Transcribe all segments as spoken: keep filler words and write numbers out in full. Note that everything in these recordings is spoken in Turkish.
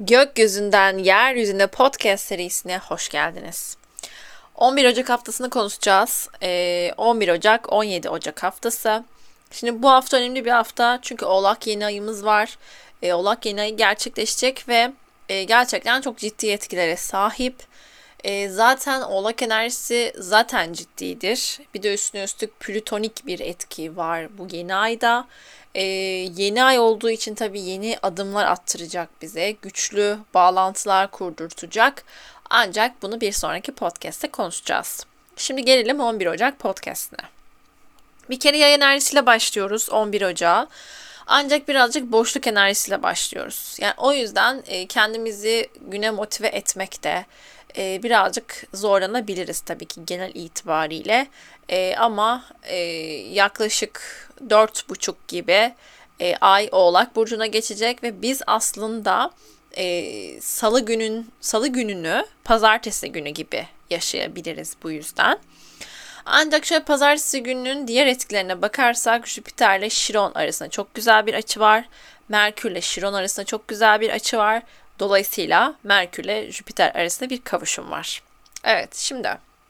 Gökyüzünden Yeryüzüne podcast serisine hoş geldiniz. on bir Ocak haftasını konuşacağız. Ee, on bir Ocak on yedi Ocak haftası. Şimdi bu hafta önemli bir hafta çünkü Oğlak yeni ayımız var. Ee, Oğlak yeni ayı gerçekleşecek ve e, gerçekten çok ciddi etkilere sahip. E, zaten Oğlak enerjisi zaten ciddidir. Bir de üstüne üstlük plütonik bir etki var bu yeni ayda. E, yeni ay olduğu için tabii yeni adımlar attıracak bize. Güçlü bağlantılar kurdurtacak. Ancak bunu bir sonraki podcast'te konuşacağız. Şimdi gelelim on bir Ocak podcast'ine. Bir kere yay enerjisiyle başlıyoruz on bir Ocak'a. Ancak birazcık boşluk enerjisiyle başlıyoruz. Yani o yüzden e, kendimizi güne motive etmekte e, birazcık zorlanabiliriz tabii ki genel itibariyle. E, ama e, yaklaşık dört buçuk gibi e, ay Oğlak burcuna geçecek ve biz aslında e, Salı günün Salı gününü Pazartesi günü gibi yaşayabiliriz bu yüzden. Ancak şöyle pazartesi gününün diğer etkilerine bakarsak Jüpiter ile Şiron arasında çok güzel bir açı var. Merkür ile Şiron arasında çok güzel bir açı var. Dolayısıyla Merkür ile Jüpiter arasında bir kavuşum var. Evet, şimdi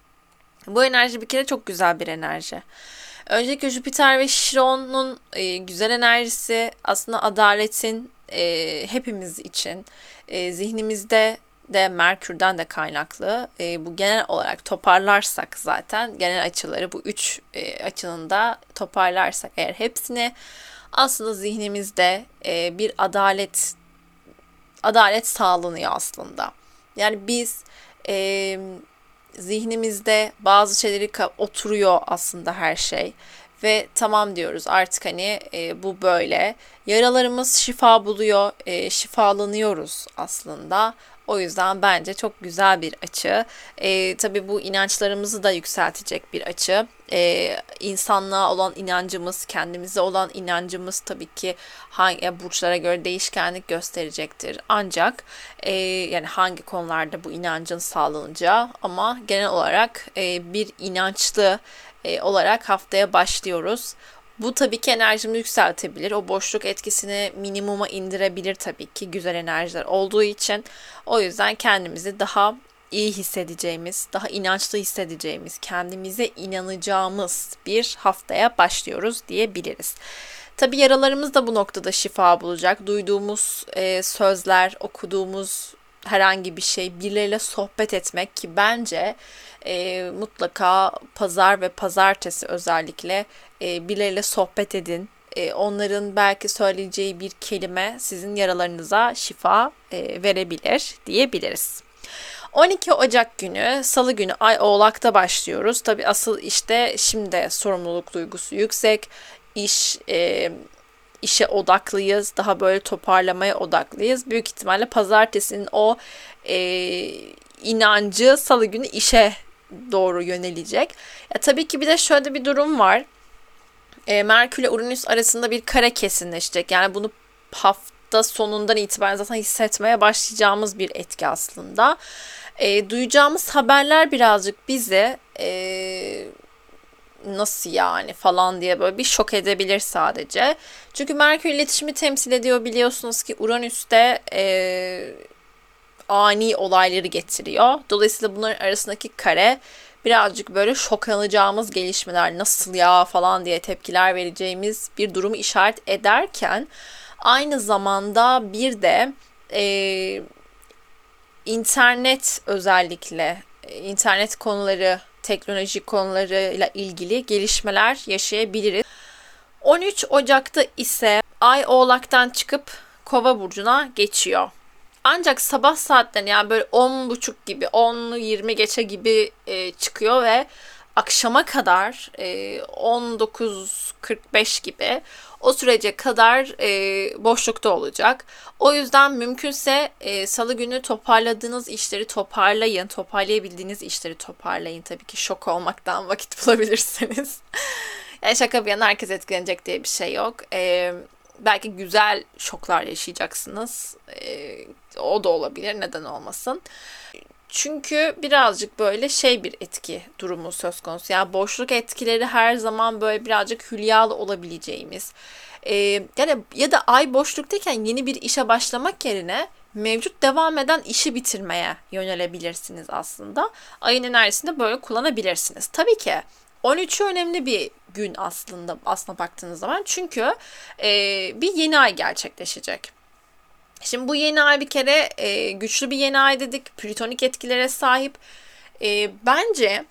bu enerji bir kere çok güzel bir enerji. Öncelikle Jüpiter ve Şiron'un e, güzel enerjisi aslında adaletin e, hepimiz için e, zihnimizde de Merkür'den de kaynaklı. E, bu genel olarak toparlarsak zaten genel açıları bu üç e, açının da toparlarsak eğer hepsini aslında zihnimizde e, bir adalet adalet sağlanıyor aslında. Yani biz e, zihnimizde bazı şeyleri oturuyor aslında her şey. Ve tamam diyoruz artık hani e, bu böyle. Yaralarımız şifa buluyor, e, şifalanıyoruz aslında. O yüzden bence çok güzel bir açı. E, tabii bu inançlarımızı da yükseltecek bir açı. E, insanlığa olan inancımız, kendimize olan inancımız tabii ki hangi burçlara göre değişkenlik gösterecektir. Ancak e, yani hangi konularda bu inancın sağlanacağı ama genel olarak e, bir inançlı e, olarak haftaya başlıyoruz. Bu tabii ki enerjimizi yükseltebilir. O boşluk etkisini minimuma indirebilir tabii ki güzel enerjiler olduğu için. O yüzden kendimizi daha iyi hissedeceğimiz, daha inançlı hissedeceğimiz, kendimize inanacağımız bir haftaya başlıyoruz diyebiliriz. Tabii yaralarımız da bu noktada şifa bulacak. Duyduğumuz e, sözler, okuduğumuz herhangi bir şey, birileriyle sohbet etmek ki bence e, mutlaka pazar ve pazartesi özellikle e, birileriyle sohbet edin. E, onların belki söyleyeceği bir kelime sizin yaralarınıza şifa e, verebilir diyebiliriz. on iki Ocak günü Salı günü Ay Oğlak'ta başlıyoruz. Tabii asıl işte şimdi sorumluluk duygusu yüksek. İş e, işe odaklıyız. Daha böyle toparlamaya odaklıyız. Büyük ihtimalle pazartesinin o e, inancı Salı günü işe doğru yönelecek. Ya, tabii ki bir de şöyle bir durum var. E, Merkür ile Uranüs arasında bir kare kesinleşecek. Yani bunu hafta sonundan itibaren zaten hissetmeye başlayacağımız bir etki aslında. E, duyacağımız haberler birazcık bize e, nasıl yani falan diye böyle bir şok edebilir sadece. Çünkü Merkür iletişimi temsil ediyor biliyorsunuz ki Uranüs'te e, ani olayları getiriyor. Dolayısıyla bunların arasındaki kare birazcık böyle şoklanacağımız gelişmeler nasıl ya falan diye tepkiler vereceğimiz bir durumu işaret ederken aynı zamanda bir de e, internet özellikle internet konuları, teknoloji konularıyla ilgili gelişmeler yaşayabiliriz. on üç Ocak'ta ise Ay Oğlak'tan çıkıp Kova burcuna geçiyor. Ancak sabah saatlerinde yani böyle on buçuk gibi, on yirmi geçe gibi e, çıkıyor ve akşama kadar e, on dokuz kırk beş gibi o sürece kadar e, boşlukta olacak. O yüzden mümkünse e, salı günü toparladığınız işleri toparlayın. Toparlayabildiğiniz işleri toparlayın. Tabii ki şok olmaktan vakit bulabilirsiniz. Yani şaka bir yana herkes etkilenecek diye bir şey yok. E, belki güzel şoklar yaşayacaksınız. E, o da olabilir. Neden olmasın? Çünkü birazcık böyle şey bir etki durumu söz konusu. Yani boşluk etkileri her zaman böyle birazcık hülyalı olabileceğimiz. Ee, yani ya da ay boşluktayken yeni bir işe başlamak yerine mevcut devam eden işi bitirmeye yönelebilirsiniz aslında. Ayın enerjisini de böyle kullanabilirsiniz. Tabii ki on üçü önemli bir gün aslında aslına baktığınız zaman. Çünkü e, bir yeni ay gerçekleşecek. Şimdi bu yeni ay bir kere e, güçlü bir yeni ay dedik. Plütonik etkilere sahip. E, bence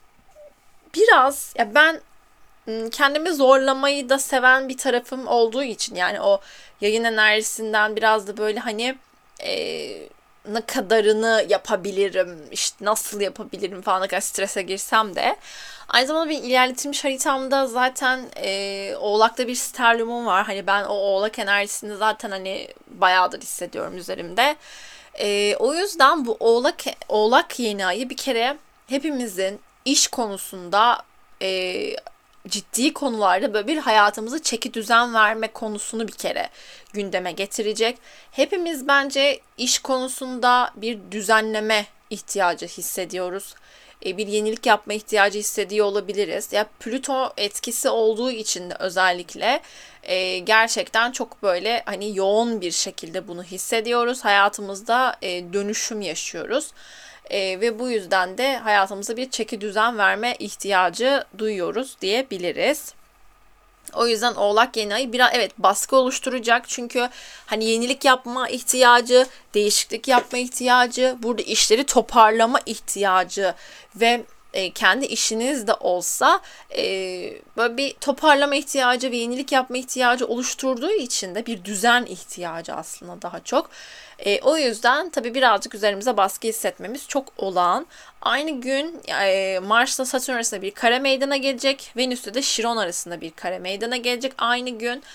biraz ya ben kendimi zorlamayı da seven bir tarafım olduğu için, yani o yayın enerjisinden biraz da böyle hani e, ne kadarını yapabilirim, işte nasıl yapabilirim falan, ne kadar strese girsem de aynı zamanda bir ilerletilmiş haritamda zaten e, Oğlak'ta bir sterliumum var. Hani ben o Oğlak enerjisini zaten hani bayağıdır hissediyorum üzerimde. E, o yüzden bu Oğlak Oğlak yeni ayı bir kere hepimizin iş konusunda e, ciddi konularda böyle bir hayatımızı çeki düzen verme konusunu bir kere gündeme getirecek. Hepimiz bence iş konusunda bir düzenleme ihtiyacı hissediyoruz. Bir yenilik yapma ihtiyacı hissediyor olabiliriz. Ya Plüto etkisi olduğu için de özellikle e, gerçekten çok böyle hani yoğun bir şekilde bunu hissediyoruz. Hayatımızda e, dönüşüm yaşıyoruz. E, ve bu yüzden de hayatımıza bir çeki düzen verme ihtiyacı duyuyoruz diyebiliriz. O yüzden Oğlak yeni ayı biraz evet baskı oluşturacak. Çünkü hani yenilik yapma ihtiyacı, değişiklik yapma ihtiyacı, burada işleri toparlama ihtiyacı ve e, kendi işiniz de olsa e, böyle bir toparlama ihtiyacı ve yenilik yapma ihtiyacı oluşturduğu için de bir düzen ihtiyacı aslında daha çok. E, o yüzden tabii birazcık üzerimize baskı hissetmemiz çok olağan. Aynı gün e, Mars'la Satürn arasında bir kare meydana gelecek. Venüs'te de Şiron arasında bir kare meydana gelecek aynı gün.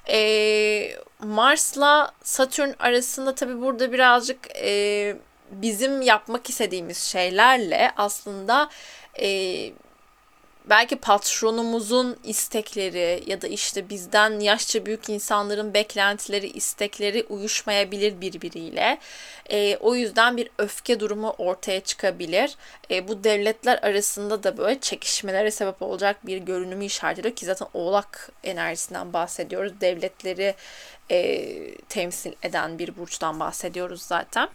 E, Mars'la Satürn arasında tabii burada birazcık e, bizim yapmak istediğimiz şeylerle aslında e, belki patronumuzun istekleri ya da işte bizden yaşça büyük insanların beklentileri, istekleri uyuşmayabilir birbiriyle. E, o yüzden bir öfke durumu ortaya çıkabilir. E, bu devletler arasında da böyle çekişmelere sebep olacak bir görünümü işaret ediyor ki zaten Oğlak enerjisinden bahsediyoruz. Devletleri e, temsil eden bir burçtan bahsediyoruz zaten.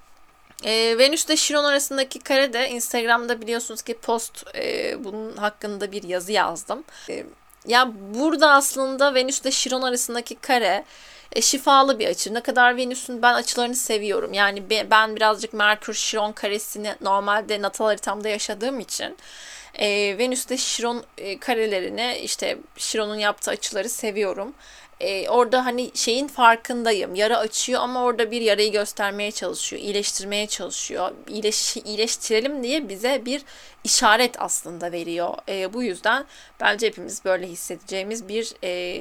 E, Venüs ile Şiron arasındaki kare de Instagram'da biliyorsunuz ki post e, bunun hakkında bir yazı yazdım. E, ya burada aslında Venüs ile Şiron arasındaki kare e, şifalı bir açı. Ne kadar Venüs'ün ben açılarını seviyorum. Yani be, ben birazcık Merkür Şiron karesini normalde natal haritamda yaşadığım için e, Venüs ile Şiron e, karelerini, işte Şiron'un yaptığı açıları seviyorum. Ee, orada hani şeyin farkındayım. Yara açıyor ama orada bir yarayı göstermeye çalışıyor, iyileştirmeye çalışıyor. İyileş, iyileştirelim diye bize bir işaret aslında veriyor. Ee, bu yüzden bence hepimiz böyle hissedeceğimiz bir e,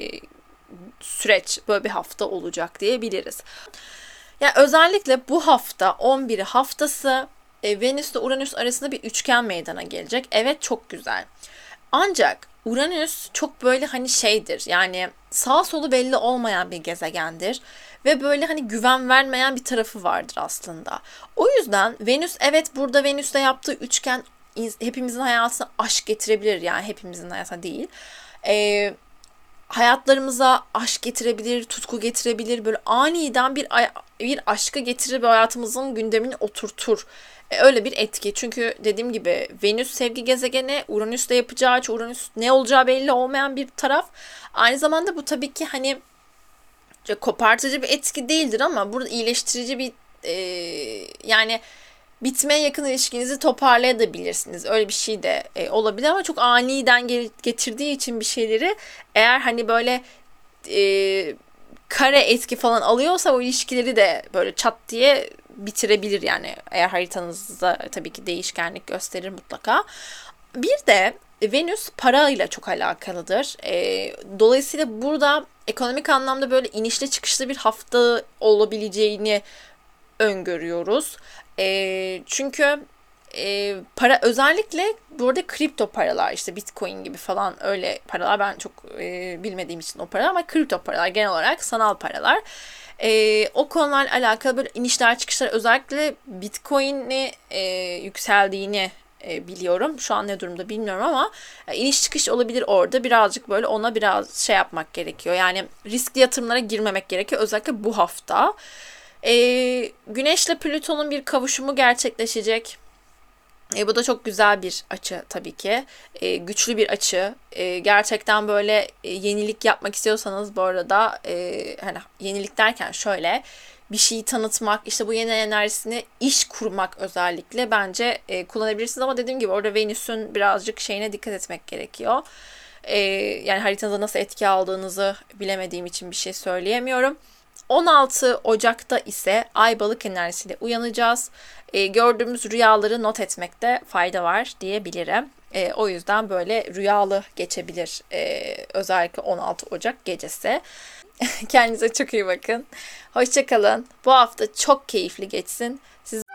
süreç, böyle bir hafta olacak diyebiliriz. Yani özellikle bu hafta on biri haftası e, Venüs ile Uranüs arasında bir üçgen meydana gelecek. Evet, çok güzel. Ancak Uranüs çok böyle hani şeydir, yani sağ solu belli olmayan bir gezegendir ve böyle hani güven vermeyen bir tarafı vardır aslında. O yüzden Venüs, evet burada Venüs'le yaptığı üçgen hepimizin hayatına aşk getirebilir, yani hepimizin hayatına değil. Ee, hayatlarımıza aşk getirebilir, tutku getirebilir, böyle aniden bir bir aşkı getirir ve hayatımızın gündemini oturtur. Öyle bir etki. Çünkü dediğim gibi Venüs sevgi gezegeni, Uranüs'le yapacağı açı, Uranüs ne olacağı belli olmayan bir taraf. Aynı zamanda bu tabii ki hani kopartıcı bir etki değildir ama burada iyileştirici bir e, yani bitmeye yakın ilişkinizi toparlayabilirsiniz. Öyle bir şey de e, olabilir ama çok aniden getirdiği için bir şeyleri, eğer hani böyle e, kare etki falan alıyorsa o ilişkileri de böyle çat diye bitirebilir, yani eğer haritanızda tabii ki değişkenlik gösterir mutlaka. Bir de Venüs parayla çok alakalıdır. E, dolayısıyla burada ekonomik anlamda böyle inişli çıkışlı bir hafta olabileceğini öngörüyoruz. E, çünkü e, para özellikle burada kripto paralar, işte Bitcoin gibi falan öyle paralar, ben çok e, bilmediğim için o paralar, ama kripto paralar genel olarak sanal paralar. E, o konularla alakalı böyle inişler çıkışlar, özellikle Bitcoin'i e, yükseldiğini e, biliyorum. Şu an ne durumda bilmiyorum ama e, iniş çıkış olabilir orada. Birazcık böyle ona biraz şey yapmak gerekiyor. Yani riskli yatırımlara girmemek gerekiyor. Özellikle bu hafta. Ee, Güneşle Plüton'un bir kavuşumu gerçekleşecek. E, bu da çok güzel bir açı tabii ki. E, güçlü bir açı. E, gerçekten böyle e, yenilik yapmak istiyorsanız bu arada e, hani yenilik derken şöyle bir şeyi tanıtmak, işte bu yeni enerjisini iş kurmak özellikle bence e, kullanabilirsiniz. Ama dediğim gibi orada Venüs'ün birazcık şeyine dikkat etmek gerekiyor. E, Yani haritanıza nasıl etki aldığınızı bilemediğim için bir şey söyleyemiyorum. on altı Ocak'ta ise Ay Balık enerjisiyle uyanacağız. E, gördüğümüz rüyaları not etmekte fayda var diyebilirim. E, o yüzden böyle rüyalı geçebilir e, özellikle on altı Ocak gecesi. Kendinize çok iyi bakın. Hoşça kalın. Bu hafta çok keyifli geçsin. Siz